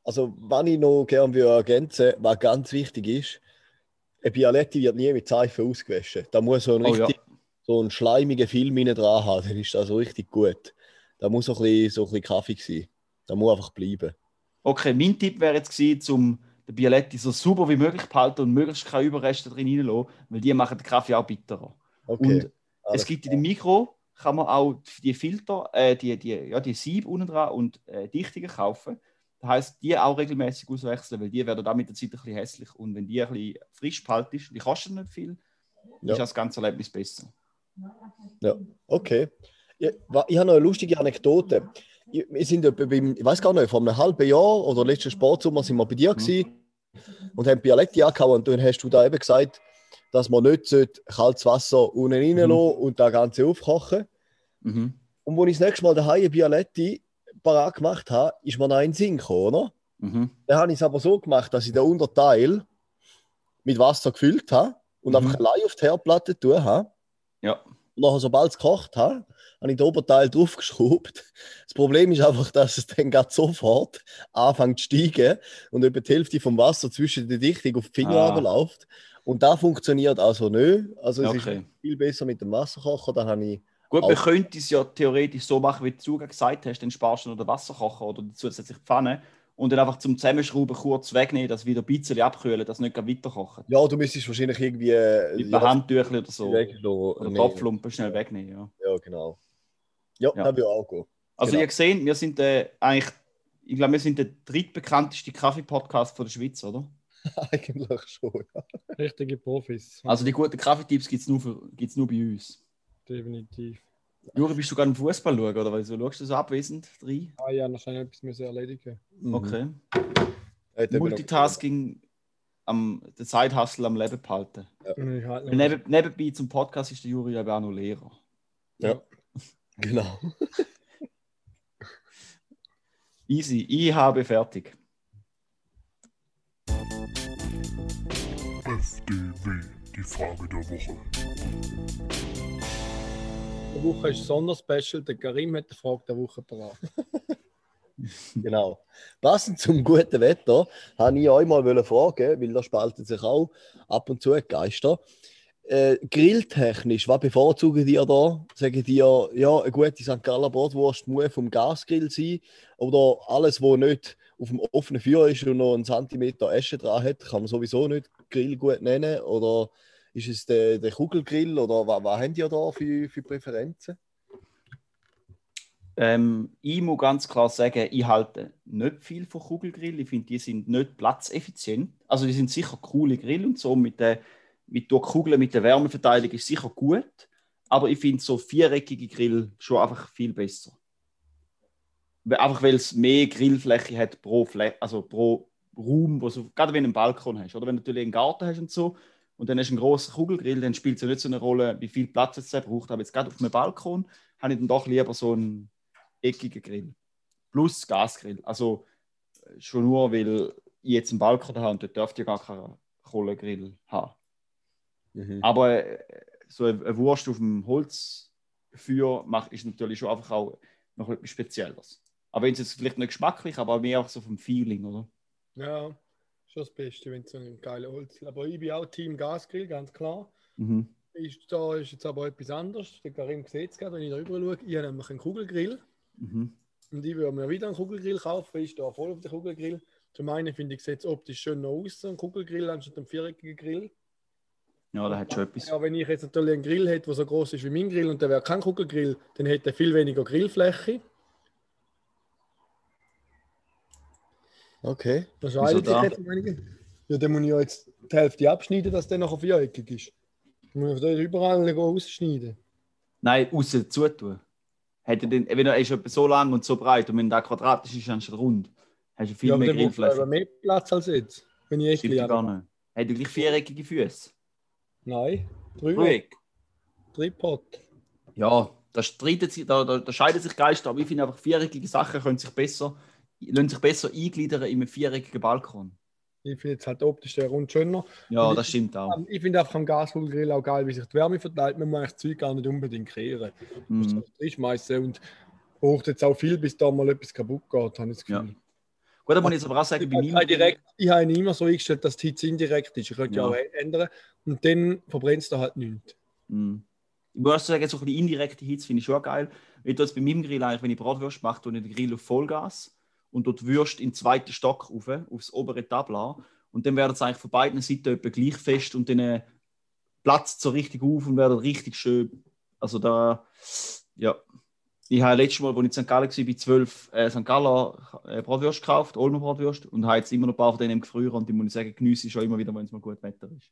Was ich noch gerne ergänzen, was ganz wichtig ist, ein Bialetti wird nie mit Seife ausgewaschen. Da muss so einen schleimigen Film dran haben, dann ist das so richtig gut. Da muss so ein bisschen Kaffee sein. Da muss einfach bleiben. Okay, mein Tipp wäre jetzt gewesen, um den Bialetti so sauber wie möglich zu behalten und möglichst keine Überreste drin reinlassen, weil die machen den Kaffee auch bitterer. Okay. Und es gibt in dem Mikro, kann man auch die Filter, die Sieb unten dran und Dichtungen kaufen. Das heisst, die auch regelmäßig auswechseln, weil die werden dann mit der Zeit ein bisschen hässlich. Und wenn die ein bisschen frisch behalten, die kosten nicht viel, ist das ganze Erlebnis besser. Ja, okay. Ich habe noch eine lustige Anekdote. Wir sind ich weiß gar nicht, vor einem halben Jahr oder letzten Sportsommer sind wir bei dir gewesen und haben Bialetti angehauen. Und dann hast du da eben gesagt, dass man nicht kaltes Wasser unten reinlassen und das Ganze aufkochen. Mhm. Und als ich das nächste Mal daheim ein Bialetti parat gemacht habe, ist mir noch ein Sinn gekommen, oder? Mhm. Dann habe ich es aber so gemacht, dass ich den Unterteil mit Wasser gefüllt habe und einfach allein auf die Herdplatte tun habe. Ja. Und nachher, sobald es gekocht habe, habe ich den Oberteil draufgeschraubt. Das Problem ist einfach, dass es dann gerade sofort anfängt zu steigen und über die Hälfte vom Wasser zwischen der Dichtung auf die Finger runterläuft. Und das funktioniert also nicht. Also es ist viel besser mit dem Wasserkocher. Dann habe ich gut, man könnte es ja theoretisch so machen, wie du gesagt hast, dann sparst du noch den Wasserkocher oder die zusätzliche Pfanne und dann einfach zum Zusammenschrauben kurz wegnehmen, dass wieder ein bisschen abkühlen, dass es nicht weiterkochen. Ja, du müsstest wahrscheinlich irgendwie mit einem Handtüchel oder so. Oder nee. Topflumpen schnell wegnehmen. Ja, genau. Ja, das will auch gehen. Also genau. ihr seht, wir sind eigentlich, ich glaube, wir sind der drittbekannteste Kaffee-Podcast von der Schweiz, oder? Eigentlich schon, ja. Richtige Profis. Also die guten Kaffeetipps gibt es nur bei uns. Definitiv. Juri, bist du gerade im Fußball schauen, oder? Weil du schaust so abwesend rein? Ah ja, wahrscheinlich etwas erledigen. Okay. Multitasking, den Side-Hustle am Leben behalten. Ja. Nebenbei zum Podcast ist der Juri aber auch noch Lehrer. Ja, genau. Easy, ich habe fertig. FDW, die Frage der Woche. Die Woche ist Sonderspecial. Der Karim hat die Frage der Woche parat. Genau. Passend zum guten Wetter wollte ich euch mal fragen, weil da spalten sich auch ab und zu die Geister. Grilltechnisch, was bevorzugen ihr da? Sagen dir, ja, eine gute St. Galler Bratwurst muss vom Gasgrill sein? Oder alles, was nicht auf dem offenen Feuer ist und noch einen Zentimeter Asche dran hat, kann man sowieso nicht Grill gut nennen? Oder ist es der Kugelgrill? Oder was habt ihr da für Präferenzen? Ich muss ganz klar sagen, ich halte nicht viel von Kugelgrill. Ich finde, die sind nicht platzeffizient. Also die sind sicher coole Grill und so mit der Kugeln, mit der Wärmeverteilung ist sicher gut. Aber ich finde so viereckige Grill schon einfach viel besser. Einfach weil es mehr Grillfläche hat pro Raum, wo so, gerade wenn du einen Balkon hast. Oder wenn du natürlich einen Garten hast und so, und dann hast du einen grossen Kugelgrill, dann spielt es ja nicht so eine Rolle, wie viel Platz es braucht. Aber jetzt gerade auf einem Balkon habe ich dann doch lieber so einen eckigen Grill. Plus Gasgrill. Also schon nur, weil ich jetzt einen Balkon habe und dort dürfte ich gar keinen Kohlengrill haben. Aber so eine Wurst auf dem Holzfeuer ist natürlich schon einfach auch noch etwas Spezielles. Aber wenn es jetzt vielleicht nicht geschmacklich, aber mehr auch so vom Feeling, oder? Ja, schon das Beste, wenn es so ein geiler Holz. Aber ich bin auch Team Gasgrill, ganz klar. Da ist jetzt aber etwas anderes. Der Karim sieht es gerade, wenn ich da rüber schaue. Ich habe nämlich einen Kugelgrill. Und ich würde mir wieder einen Kugelgrill kaufen. Ich stehe voll auf den Kugelgrill. Zum einen finde ich, sieht es optisch schöner aus, so ein Kugelgrill, anstatt einem viereckigen Grill. Ja, da hat schon etwas. Ja, wenn ich jetzt natürlich einen Grill hätte, der so groß ist wie mein Grill und der wäre kein Kugelgrill, dann hätte er viel weniger Grillfläche. Okay. Das scheidet sich jetzt einige. Ja, dann muss ich ja jetzt die Hälfte abschneiden, dass der nachher viereckig ist. Dann muss ich da überall ausschneiden. Nein, außen zutun. Wenn er ist etwa so lang und so breit und wenn der quadratisch ist, dann schon rund. Hast du viel mehr Grillfläche. Aber mehr Platz als jetzt. Wenn ich Stimmt gar nicht. Hat du gleich viereckige Füße? Nein, Tripod. Ja, da scheidet sich Geister, aber ich finde einfach, viereckige Sachen lassen sich besser eingliedern in einem viereckigen Balkon. Ich finde jetzt halt optisch der rund schöner. Ja, das stimmt auch. Ich finde einfach am Gaskugelgrill auch geil, wie sich die Wärme verteilt. Man muss das Zeug gar nicht unbedingt kehren. Man muss es reinschmeißen und braucht jetzt auch viel, bis da mal etwas kaputt geht, habe ich das Gefühl. Ja. Gut, da muss ich jetzt aber auch sagen, ich habe ihn immer so eingestellt, dass die Hitze indirekt ist. Ich könnte ja auch ändern und dann verbrennt es da halt nichts. Ich muss sagen, so ein bisschen indirekte Hitze finde ich schon geil. Ich tue jetzt bei meinem Grill eigentlich, wenn ich Bratwürste mache, tue ich den Grill auf Vollgas und dort Würste in den zweiten Stock rauf, aufs obere Tablar. Und dann werden es eigentlich von beiden Seiten etwa gleich fest und dann platzt so richtig auf und werden richtig schön. Also da, ja. Ich habe letztes Mal, als ich in St. Gallen war, bei 12 St. Galler Bratwürste gekauft, Olmer Bratwürste, und habe jetzt immer noch ein paar von denen im Gefrier und die muss ich sagen, geniesse ich schon immer wieder, wenn es mal gut Wetter ist.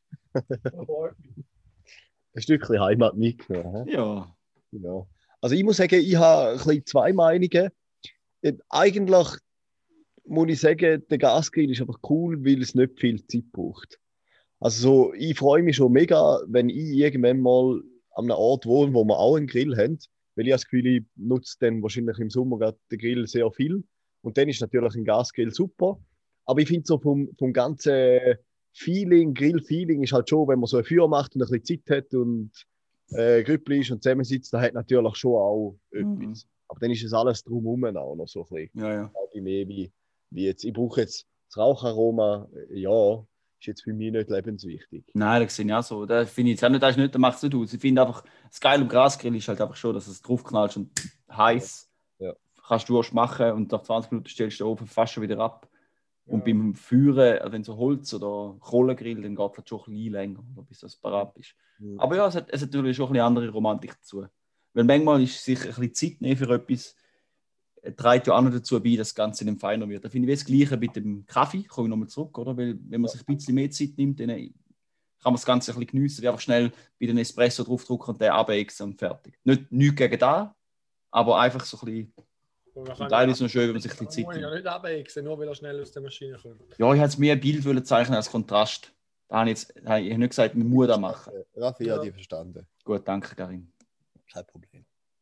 Ein Stückchen Heimat mitgenommen. Ja. Also ich muss sagen, ich habe ein bisschen zwei Meinungen. Eigentlich muss ich sagen, der Gasgrill ist einfach cool, weil es nicht viel Zeit braucht. Also so, ich freue mich schon mega, wenn ich irgendwann mal an einem Ort wohne, wo wir auch einen Grill haben. Weil ich habe das Gefühl, ich nutze dann wahrscheinlich im Sommer gerade den Grill sehr viel. Und dann ist natürlich ein Gasgrill super. Aber ich finde so vom ganzen Feeling, Grill-Feeling ist halt schon, wenn man so ein Feuer macht und ein bisschen Zeit hat und Grüppli ist und zusammensitzt, da hat natürlich schon auch etwas. Aber dann ist es alles drumherum auch noch so ein bisschen. Ja. Mehr wie jetzt. Ich brauche jetzt das Raucharoma, ja, ist jetzt für mich nicht lebenswichtig. Nein, das sehe ich auch so. Da finde ich jetzt auch nicht, da macht es nicht aus. Ich finde einfach, das Geile am Gasgrill ist halt einfach schon, dass es draufknallst und heiß. Ja. Kannst du Wurst machen und nach 20 Minuten stellst du den Ofen fast schon wieder ab. Ja. Und beim Führen, wenn so Holz- oder Kohlengrill, dann geht es halt schon ein bisschen länger, bis das parat ist. Ja. Aber ja, es hat natürlich schon ein bisschen andere Romantik dazu. Weil manchmal ist sich ein bisschen Zeit nehmen für etwas, trägt ja auch noch dazu bei, dass das Ganze in dem feiner wird. Da finde ich das Gleiche mit dem Kaffee, komme ich nochmal zurück, oder? Weil wenn man sich ein bisschen mehr Zeit nimmt, dann kann man das Ganze ein bisschen geniessen, wie einfach schnell bei den Espresso draufdrücken und den abwechseln und fertig. Nichts gegen da, aber einfach so ein bisschen. Zum Teil ist es noch schön, wenn man sich ein bisschen Zeit nimmt. Ja, nicht abwechseln, nur weil er schnell aus der Maschine kommt. Ja, ich hätte es mehr ein Bild zeichnen als Kontrast. Da habe ich nicht gesagt, man muss das machen. Raffi hat die verstanden. Gut, danke, Karin. Kein Problem.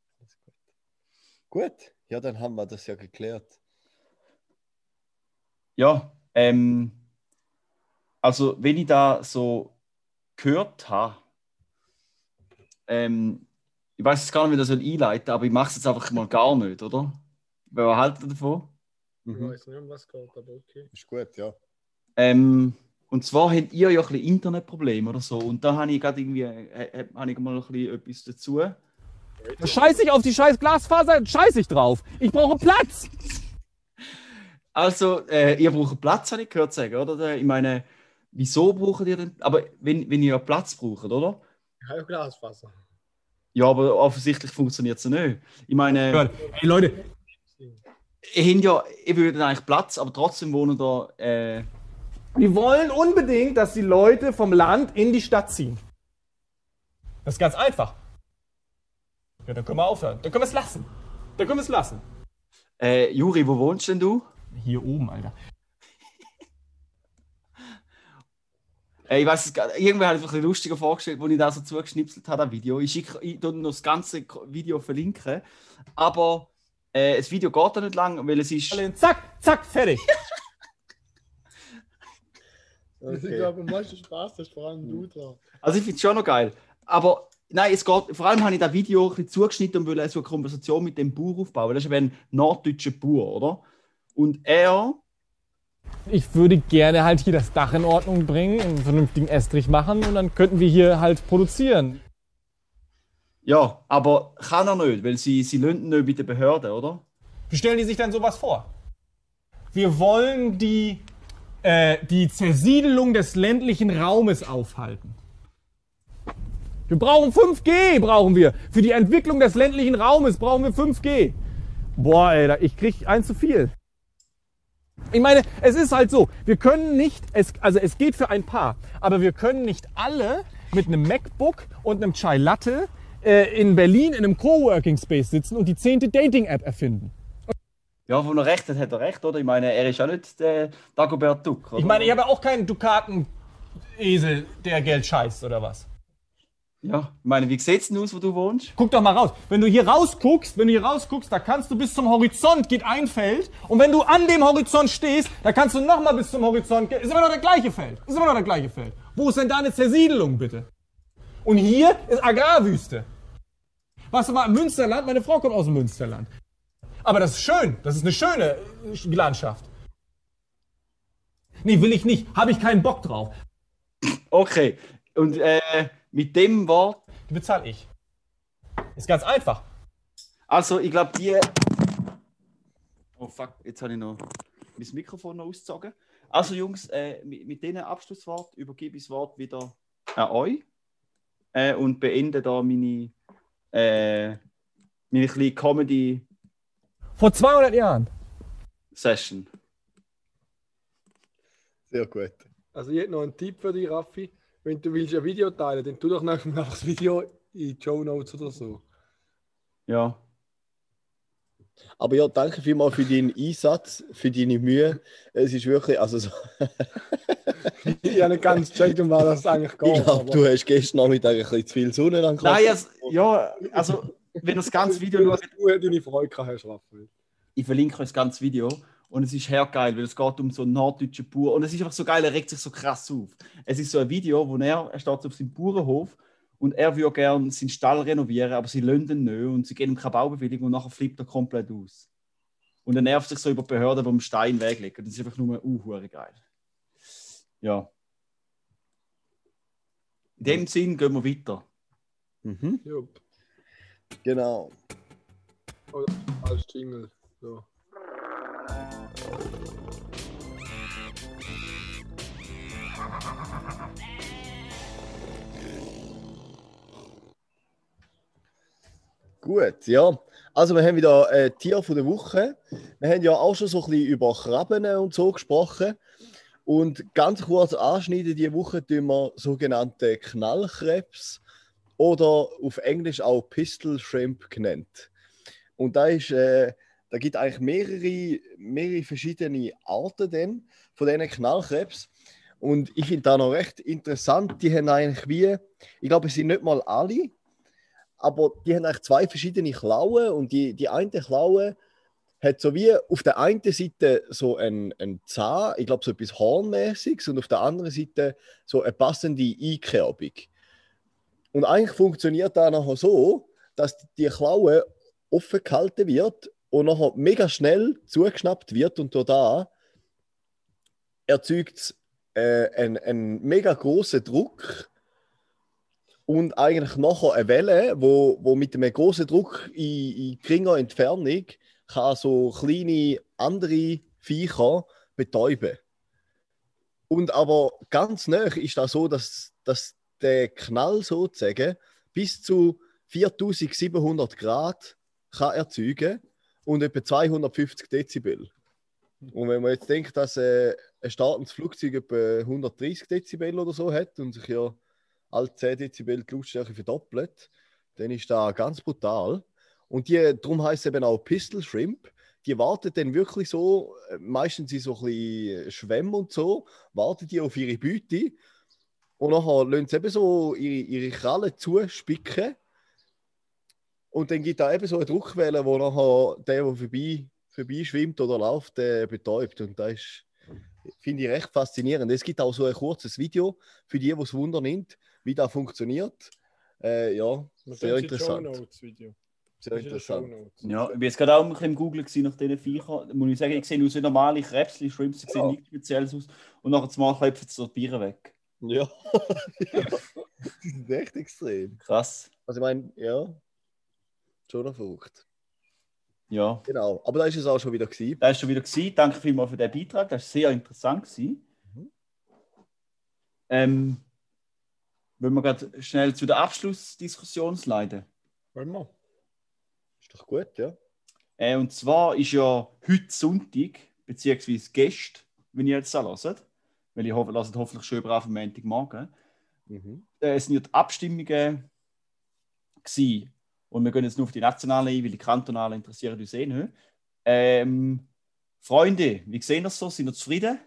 Gut, ja, dann haben wir das ja geklärt. Ja, also wenn ich da so gehört habe, ich weiß jetzt gar nicht, wie das einleiten soll, aber ich mache es jetzt einfach mal gar nicht, oder? Wer haltet ihr davon? Ich weiß nicht, um was es geht, aber okay. Ist gut, ja. Und zwar habt ihr ja ein bisschen Internetprobleme oder so, und da habe ich gerade irgendwie habe ich mal ein bisschen etwas dazu. Scheiß ich auf die scheiß Glasfaser, scheiß ich drauf. Ich brauche Platz. Also, ihr braucht Platz, habe ich gehört sagen, oder? Ich meine, wieso braucht ihr denn? Aber wenn ihr Platz braucht, oder? Ich habe ja Glasfaser. Ja, aber offensichtlich funktioniert es ja nicht. Ich meine, hey Leute, ihr würdet eigentlich Platz, aber trotzdem wohnen da. Wir wollen unbedingt, dass die Leute vom Land in die Stadt ziehen. Das ist ganz einfach. Ja, dann können wir aufhören. Dann können wir es lassen. Juri, wo wohnst denn du? Hier oben, Alter. Ich weiß es gar nicht. Irgendwer hat einfach ein bisschen lustiger vorgestellt, als ich da so zugeschnipselt habe, das Video. Ich tue noch das ganze Video verlinken. Aber das Video geht da nicht lang, weil es ist. Zack, zack, fertig. Ich glaube, am meisten Spaß hast vor allem du dran. Also ich finde es schon noch geil. Aber nein, es geht, vor allem habe ich das Video ein bisschen zugeschnitten und will so eine Konversation mit dem Bauer aufbauen. Das ist eben ein norddeutscher Bauer, oder? Und er... Ich würde gerne halt hier das Dach in Ordnung bringen, einen vernünftigen Estrich machen und dann könnten wir hier halt produzieren. Ja, aber kann er nicht, weil sie lösen nicht bei den Behörden, oder? Wie stellen die sich denn sowas vor? Wir wollen die Zersiedelung des ländlichen Raumes aufhalten. Wir brauchen 5G, brauchen wir. Für die Entwicklung des ländlichen Raumes brauchen wir 5G. Boah, ey, ich krieg eins zu viel. Ich meine, es ist halt so, wir können nicht, es geht für ein paar, aber wir können nicht alle mit einem MacBook und einem Chai Latte in Berlin in einem Coworking Space sitzen und die 10. Dating-App erfinden. Ja, wo er recht hat, hat er recht, oder? Ich meine, er ist ja nicht der Dagobert Duck, oder? Ich meine, ich habe ja auch keinen Dukaten-Esel, der Geld scheißt, oder was? Ja, ich meine, wie sieht es denn aus, wo du wohnst? Guck doch mal raus. Wenn du hier rausguckst, da kannst du bis zum Horizont, geht ein Feld. Und wenn du an dem Horizont stehst, da kannst du nochmal bis zum Horizont gehen. Ist immer noch das gleiche Feld. Wo ist denn da eine Zersiedelung, bitte? Und hier ist Agrarwüste. Warst du mal im Münsterland? Meine Frau kommt aus dem Münsterland. Aber das ist schön. Das ist eine schöne Landschaft. Nee, will ich nicht. Habe ich keinen Bock drauf. Okay. Und mit dem Wort... Die bezahle ich. Ist ganz einfach. Also, ich glaube, die... Oh fuck, jetzt habe ich noch mein Mikrofon noch ausgezogen. Also Jungs, mit diesem Abschlusswort übergebe ich das Wort wieder an euch und beende da meine kleine Comedy... Vor 200 Jahren. Session. Sehr gut. Also ich hätte noch einen Tipp für dich, Raffi. Wenn du willst ein Video teilen, dann tu doch nachher das Video in die Shownotes oder so. Ja. Aber ja, danke vielmals für deinen Einsatz, für deine Mühe. Es ist wirklich, also so. Ich habe nicht ganz gecheckt, um was das eigentlich geht. Ich glaube, du hast gestern Nachmittag ein bisschen zu viel Sonne an. Nein, also, wenn du das ganze Video schaut, Du deine Freude gehabt hast, Raffi. ich verlinke euch das ganze Video und es ist hergeil, weil es geht um so einen norddeutschen Bauer und es ist einfach so geil, er regt sich so krass auf. Es ist so ein Video, wo er steht auf seinem Bauernhof und er würde gerne seinen Stall renovieren, aber sie lassen ihn nicht und sie geben ihm keine Baubewilligung und nachher flippt er komplett aus. Und er nervt sich so über die Behörden, die ihm Stein weglegen. Das ist einfach nur geil. Ja. In dem Sinn gehen wir weiter. Mhm. Jupp. Genau. Oh, als Jingle. So. Gut, ja. Also wir haben wieder Tier von der Woche. Wir haben ja auch schon so ein bisschen über Krabben und so gesprochen. Und ganz kurz anschneiden, diese Woche tun wir sogenannte Knallkrebs oder auf Englisch auch Pistol Shrimp genannt. Und da gibt es eigentlich mehrere verschiedene Arten von diesen Knallkrebs. Und ich finde das noch recht interessant. Die haben eigentlich ich glaube, es sind nicht mal alle, aber die haben eigentlich zwei verschiedene Klauen. Und die eine Klaue hat so wie auf der einen Seite so ein Zahn, ich glaube so etwas Hornmäßiges, und auf der anderen Seite so eine passende Einkerbung. Und eigentlich funktioniert das nachher so, dass die Klaue offen gehalten wird und nachher mega schnell zugeschnappt wird und da erzeugt es einen mega großen Druck und eigentlich nachher eine Welle, wo mit einem großen Druck in geringer Entfernung kann so kleine andere Viecher betäuben. Und aber ganz nah ist das so, dass der Knall sozusagen bis zu 4700 Grad kann erzeugen und etwa 250 Dezibel. Und wenn man jetzt denkt, dass ein startendes Flugzeug etwa 130 Dezibel oder so hat und sich ja alle 10 Dezibel die Lautstärke verdoppelt, dann ist das ganz brutal. Und darum heisst es eben auch Pistol Shrimp. Die warten dann wirklich so, meistens in so ein bisschen Schwämmen und so, warten die auf ihre Beute. Und nachher lassen sie eben so ihre Krallen zuspicken. Und dann gibt es eben so eine Druckwelle, wo nachher der vorbei schwimmt oder läuft, betäubt. Und das ist, finde ich recht faszinierend. Es gibt auch so ein kurzes Video für die es Wunder nimmt, wie das funktioniert. Ja, sehr interessant. Video. Sehr interessant. Ja, ich bin jetzt gerade auch ein bisschen im Googlen nach diesen Viechern. Muss ich sagen, ich sehe aus wie normale Krebsli, Shrimps, sie sehen nichts Spezielles aus. Und nachher zumal klopfen sie so die Bieren weg. Ja. Ja. Die sind echt extrem. Krass. Also ich meine, ja, schon noch verrückt. Ja. Genau, aber da ist es auch schon wieder gewesen. Das war schon wieder gewesen. Danke vielmals für den Beitrag, das war sehr interessant gewesen. Wollen wir gerade schnell zu der Abschlussdiskussion sliden? Wollen wir? Ist doch gut, ja. Und zwar ist ja heute Sonntag, beziehungsweise gestern, wenn ihr jetzt das hört, weil ich hoffe, lasst hoffentlich schön brav am Montagmorgen. Es sind ja die Abstimmungen gewesen. Und wir gehen jetzt nur auf die nationalen ein, weil die kantonalen interessieren uns eh nicht. Freunde, wie sehen das so? Sind wir zufrieden?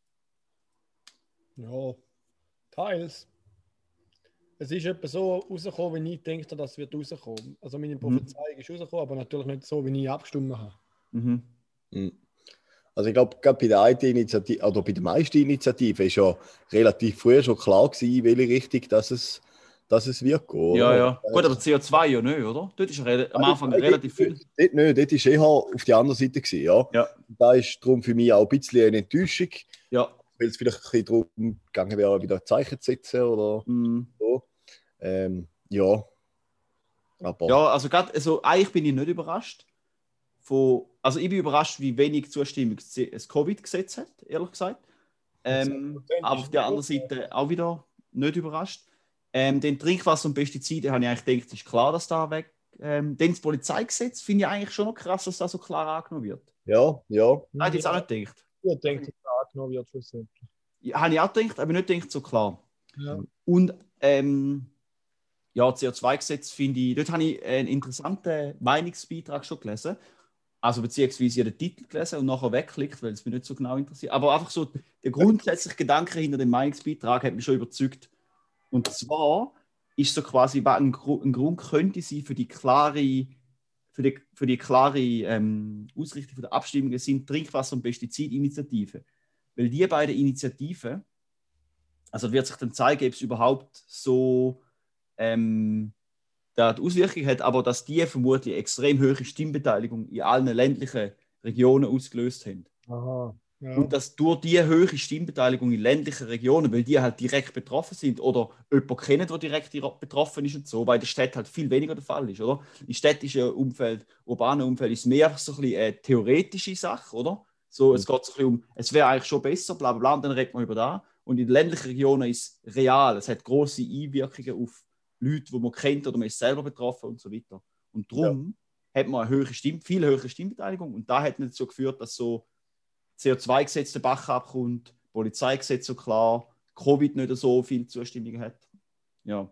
Ja, teils. Es ist etwa so rausgekommen, wie ich denke, dass es wird rauskommen. Also meine Prophezeiung ist rausgekommen, aber natürlich nicht so, wie ich abgestimmt habe. Mhm. Also ich glaube, gerade bei der einen Initiative, oder bei den meisten Initiativen, ist ja relativ früh schon klar gewesen, in welche Richtung dass es wird gehen. Ja, ja. Gut, aber CO2 ja nicht, oder? Dort ist am Anfang relativ viel. Dort nicht, dort war eher auf der anderen Seite gewesen, ja. Ja. Da ist darum für mich auch ein bisschen eine Enttäuschung. Ja. Weil es vielleicht ein bisschen darum gegangen wäre, wieder Zeichen zu setzen oder so. Ja. Aber Ja, also gerade, also eigentlich bin ich nicht überrascht. Also ich bin überrascht, wie wenig Zustimmung das Covid-Gesetz hat, ehrlich gesagt. Aber auf der anderen Seite auch wieder nicht überrascht. Den Trinkwasser und Pestizide habe ich eigentlich gedacht, ist klar, dass da weg. Dann das Polizeigesetz finde ich eigentlich schon noch krass, dass das so klar angenommen wird. ja. Hätte ich jetzt auch nicht gedacht. Ich denke, dass das angenommen wird schlussendlich. Ja, habe ich auch gedacht, aber nicht gedacht, so klar. Ja. Und ja, CO2-Gesetz finde ich, dort habe ich einen interessanten Meinungsbeitrag schon gelesen. Also beziehungsweise den Titel gelesen und nachher wegklickt, weil es mich nicht so genau interessiert. Aber einfach so der grundsätzliche Gedanke hinter dem Meinungsbeitrag hat mich schon überzeugt. Und zwar ist so quasi, was ein Grund könnte sein für die klare Ausrichtung der Abstimmungen sind Trinkwasser- und Pestizidinitiativen. Weil die beiden Initiativen, also wird sich dann zeigen, ob es überhaupt so die Auswirkung hat, aber dass die vermutlich extrem hohe Stimmbeteiligung in allen ländlichen Regionen ausgelöst haben. Aha. Ja. Und dass durch die hohe Stimmbeteiligung in ländlichen Regionen, weil die halt direkt betroffen sind oder jemanden kennen, der direkt betroffen ist und so, weil in der Stadt halt viel weniger der Fall ist, oder? Im städtischen Umfeld, urbanen Umfeld ist es mehr so ein bisschen eine theoretische Sache, oder? So, es geht so ein bisschen um, es wäre eigentlich schon besser, bla bla bla, und dann redet man über das. Und in den ländlichen Regionen ist es real, es hat grosse Einwirkungen auf Leute, die man kennt oder man ist selber betroffen und so weiter. Und darum hat man eine viel höhere Stimmbeteiligung und da hat nicht dazu geführt, dass so CO2-Gesetz den Bach abkommt, Polizeigesetz so klar, Covid nicht so viel Zustimmung hat. Ja.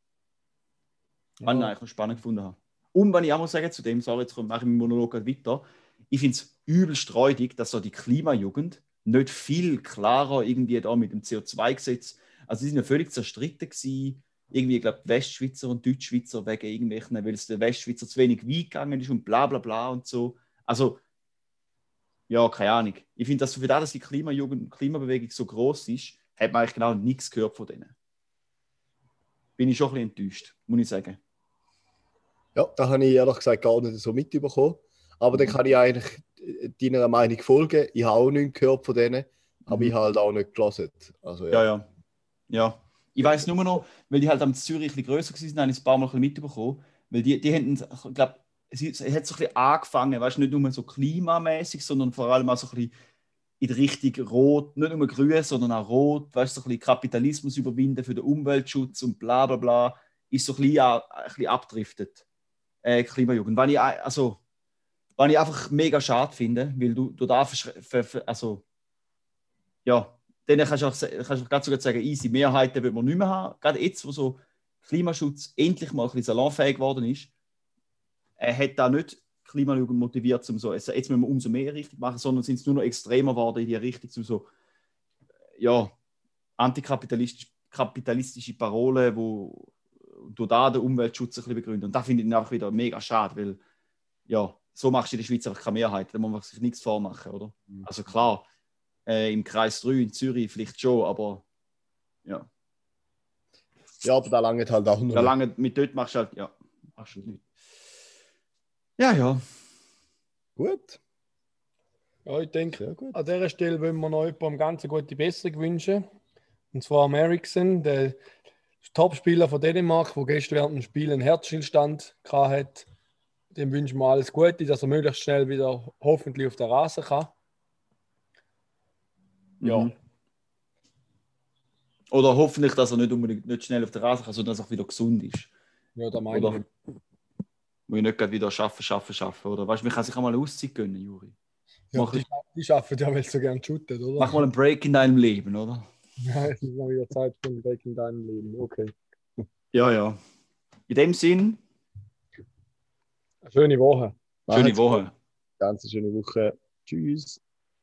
Was ich eigentlich noch spannend gefunden habe. Und wenn ich auch mal sagen zu dem, sorry, jetzt mache ich meinen Monolog weiter, ich finde es übelst räudig, dass so die Klimajugend nicht viel klarer irgendwie da mit dem CO2-Gesetz, also sie sind ja völlig zerstritten gewesen, irgendwie, ich glaube, Westschweizer und Deutschschweizer wegen irgendwelchen, weil es der Westschweizer zu wenig weit gegangen ist und bla bla bla und so. Also, ja, keine Ahnung. Ich finde, dass für das, dass die Klimabewegung so groß ist, hat man eigentlich genau nichts gehört von denen. Bin ich schon ein bisschen enttäuscht, muss ich sagen. Ja, da habe ich ehrlich gesagt gar nicht so mitbekommen. Aber dann kann ich eigentlich deiner Meinung folgen. Ich habe auch nichts gehört von denen, aber ich habe halt auch nicht gelesen. Also, Ja. Ich weiß nur noch, weil die halt am Zürich ein bisschen grösser waren, habe ich ein paar Mal ein bisschen mitbekommen. Weil die haben, ich glaube, es hat so ein bisschen angefangen, weißt, nicht nur so klimamäßig, sondern vor allem auch so ein bisschen in die Richtung Rot, nicht nur grün, sondern auch Rot, weißt, so ein bisschen Kapitalismus überwinden für den Umweltschutz und bla bla bla, ist so ein bisschen abdriftet. Klimajugend. Was ich einfach mega schade finde, weil du darfst, also, ja, dann kannst du auch ganz sogar sagen, easy, Mehrheiten will man nicht mehr haben. Gerade jetzt, wo so Klimaschutz endlich mal ein bisschen salonfähig geworden ist, hat da nicht Klimajugend motiviert, um so, jetzt müssen wir umso mehr richtig machen, sondern sind es nur noch extremer geworden in die Richtung, zu so, ja, antikapitalistische Parolen, wo durch da den Umweltschutz ein bisschen begründen. Und da finde ich einfach wieder mega schade, weil, ja, so machst du in der Schweiz einfach keine Mehrheit, da muss man sich nichts vormachen, oder? Also klar, Im Kreis 3 in Zürich vielleicht schon, aber ja. Ja, aber da lange halt auch noch. Da lange mit dort machst du halt, ja, machst du nicht. Ja. Gut. Ja, ich denke, Sehr gut. an dieser Stelle wollen wir noch jemandem ganz gute Besserung wünschen. Und zwar am Eriksen, der Topspieler von Dänemark, der gestern während dem Spiel einen Herzstillstand hatte. Dem wünschen wir alles Gute, dass er möglichst schnell wieder hoffentlich auf der Rasen kann. Ja. Mhm. Oder hoffentlich, dass er nicht unbedingt nicht schnell auf der Rasen kann, sondern dass er auch wieder gesund ist. Ja, da meine Oder muss ich nicht gerade wieder arbeiten. Oder weißt du, man kann sich auch mal eine Auszeit gönnen, Juri. ich. Ja, Mach, die arbeiten ja, weil sie so gerne shooten, oder? mach mal einen Break in deinem Leben, oder? Ja, es ist mal wieder Zeit für ein Break in deinem Leben. Okay. Ja. In dem Sinn, Eine schöne Woche. schöne Macht's Woche. gut. Ganz schöne Woche. Tschüss.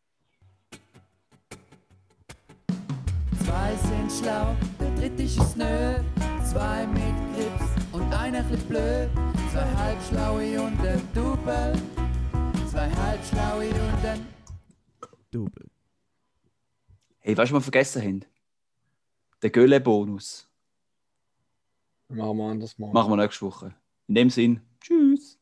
Zwei sind schlau, der dritte ist nö. Zwei mit Grips und einer chli blöd. Zwei halbschlaue und ein Double. Zwei halbschlaue und ein Double. Hey, weißt du, was wir vergessen haben? Den Gölle-Bonus. Machen wir anders mal. Machen wir nächste Woche. In dem Sinn, tschüss.